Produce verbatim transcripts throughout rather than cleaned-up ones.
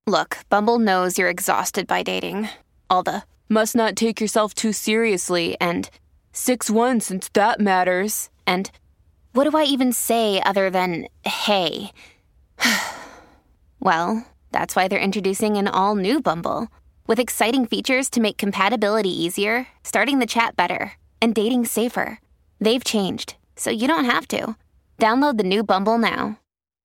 Look, Bumble knows you're exhausted by dating. All the must not take yourself too seriously and six one since that matters. And what do I even say other than hey? Well, that's why they're introducing an all-new Bumble with exciting features to make compatibility easier, starting the chat better, and dating safer. They've changed, so you don't have to. Download the new Bumble now.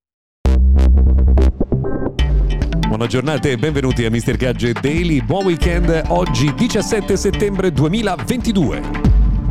Buona giornata e benvenuti a mister Gadget Daily. Buon weekend, oggi diciassette settembre duemilaventidue.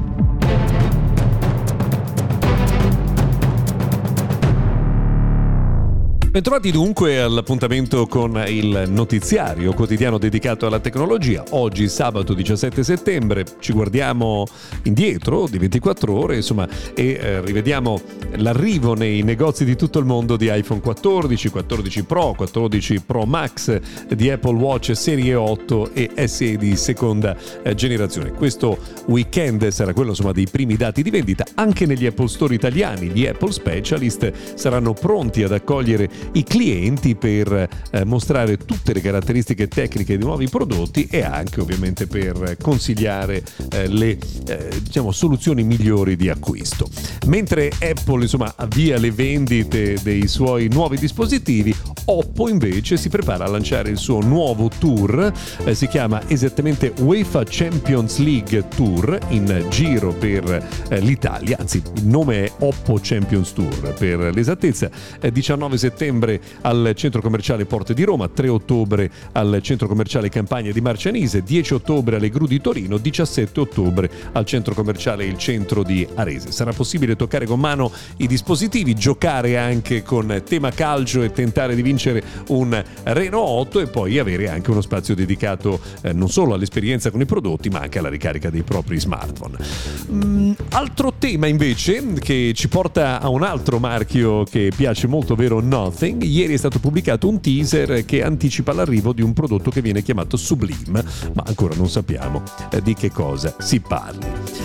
Bentrovati dunque all'appuntamento con il notiziario quotidiano dedicato alla tecnologia. Oggi sabato diciassette settembre ci guardiamo indietro di ventiquattro ore, insomma, e eh, rivediamo l'arrivo nei negozi di tutto il mondo di iPhone quattordici, quattordici Pro, quattordici Pro Max, di Apple Watch Serie otto e S E di seconda eh, generazione. Questo weekend sarà quello, insomma, dei primi dati di vendita anche negli Apple Store italiani. Gli Apple Specialist saranno pronti ad accogliere i clienti per eh, mostrare tutte le caratteristiche tecniche di nuovi prodotti e anche ovviamente per consigliare eh, le eh, diciamo soluzioni migliori di acquisto. Mentre Apple insomma avvia le vendite dei suoi nuovi dispositivi, Oppo invece si prepara a lanciare il suo nuovo tour, eh, si chiama esattamente UEFA Champions League Tour, in giro per eh, l'Italia, anzi il nome è Oppo Champions Tour per l'esattezza. eh, diciannove settembre al centro commerciale Porte di Roma, tre ottobre al centro commerciale Campagna di Marcianise, dieci ottobre alle Gru di Torino, diciassette ottobre al centro commerciale Il Centro di Arese. Sarà possibile toccare con mano i dispositivi, giocare anche con tema calcio e tentare di vincere un Renault otto e poi avere anche uno spazio dedicato eh, non solo all'esperienza con i prodotti ma anche alla ricarica dei propri smartphone. Mm, altro tema invece che ci porta a un altro marchio che piace molto, ovvero Nothing. Ieri è stato pubblicato un teaser che anticipa l'arrivo di un prodotto che viene chiamato Sublime, ma ancora non sappiamo eh, di che cosa si parli.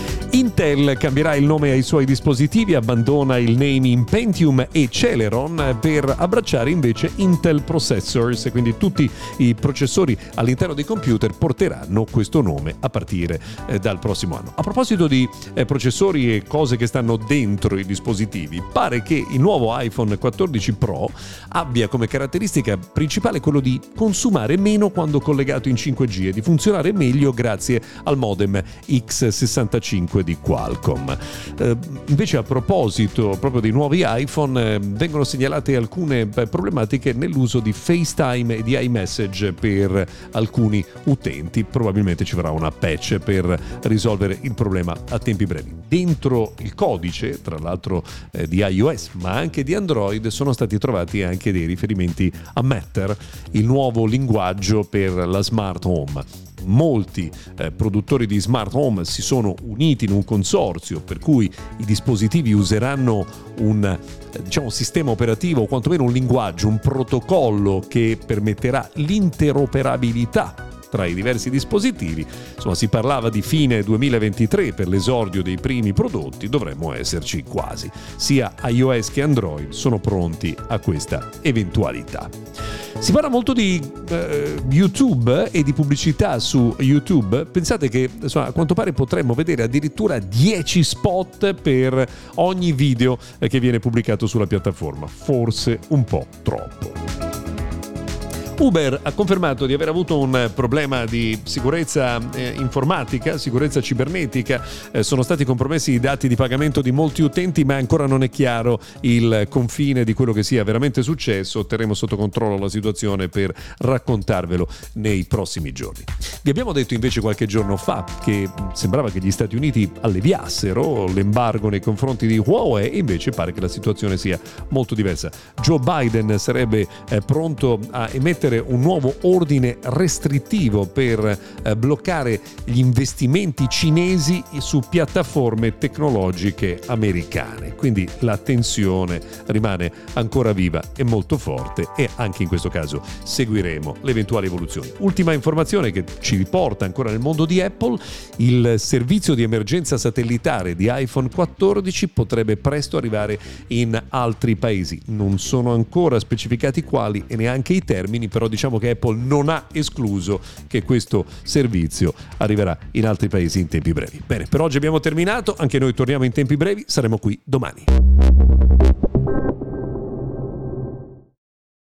Intel cambierà il nome ai suoi dispositivi, abbandona il naming Pentium e Celeron per abbracciare invece Intel Processors, quindi tutti i processori all'interno dei computer porteranno questo nome a partire eh, dal prossimo anno. A proposito di eh, processori e cose che stanno dentro i dispositivi, pare che il nuovo iPhone quattordici Pro abbia come caratteristica principale quello di consumare meno quando collegato in cinque G e di funzionare meglio grazie al modem X sessantacinque di Qualcomm. Eh, invece a proposito proprio dei nuovi iPhone eh, vengono segnalate alcune beh, problematiche nell'uso di FaceTime e di iMessage per alcuni utenti. Probabilmente ci vorrà una patch per risolvere il problema a tempi brevi. Dentro il codice, tra l'altro eh, di iOS ma anche di Android, sono stati trovati anche dei riferimenti a Matter, il nuovo linguaggio per la smart home. Molti eh, produttori di smart home si sono uniti in un consorzio per cui i dispositivi useranno un eh, diciamo sistema operativo o quantomeno un linguaggio, un protocollo che permetterà l'interoperabilità tra i diversi dispositivi. Insomma, si parlava di fine duemilaventitré per l'esordio dei primi prodotti, dovremmo esserci quasi. Sia iOS che Android sono pronti a questa eventualità. Si parla molto di eh, YouTube e di pubblicità su YouTube. Pensate che insomma, a quanto pare potremmo vedere addirittura dieci spot per ogni video eh, che viene pubblicato sulla piattaforma. Forse un po' troppo. Uber ha confermato di aver avuto un problema di sicurezza eh, informatica, sicurezza cibernetica. Eh, sono stati compromessi i dati di pagamento di molti utenti, ma ancora non è chiaro il confine di quello che sia veramente successo. Terremo sotto controllo la situazione per raccontarvelo nei prossimi giorni. Vi abbiamo detto invece qualche giorno fa che sembrava che gli Stati Uniti alleviassero l'embargo nei confronti di Huawei e invece pare che la situazione sia molto diversa. Joe Biden sarebbe eh, pronto a emettere un nuovo ordine restrittivo per eh, bloccare gli investimenti cinesi su piattaforme tecnologiche americane. Quindi la tensione rimane ancora viva e molto forte e anche in questo caso seguiremo le eventuali evoluzioni. Ultima informazione che ci riporta ancora nel mondo di Apple: il servizio di emergenza satellitare di iPhone quattordici potrebbe presto arrivare in altri paesi. Non sono ancora specificati quali e neanche i termini, però diciamo che Apple non ha escluso che questo servizio arriverà in altri paesi in tempi brevi. Bene, per oggi abbiamo terminato, anche noi torniamo in tempi brevi, saremo qui domani.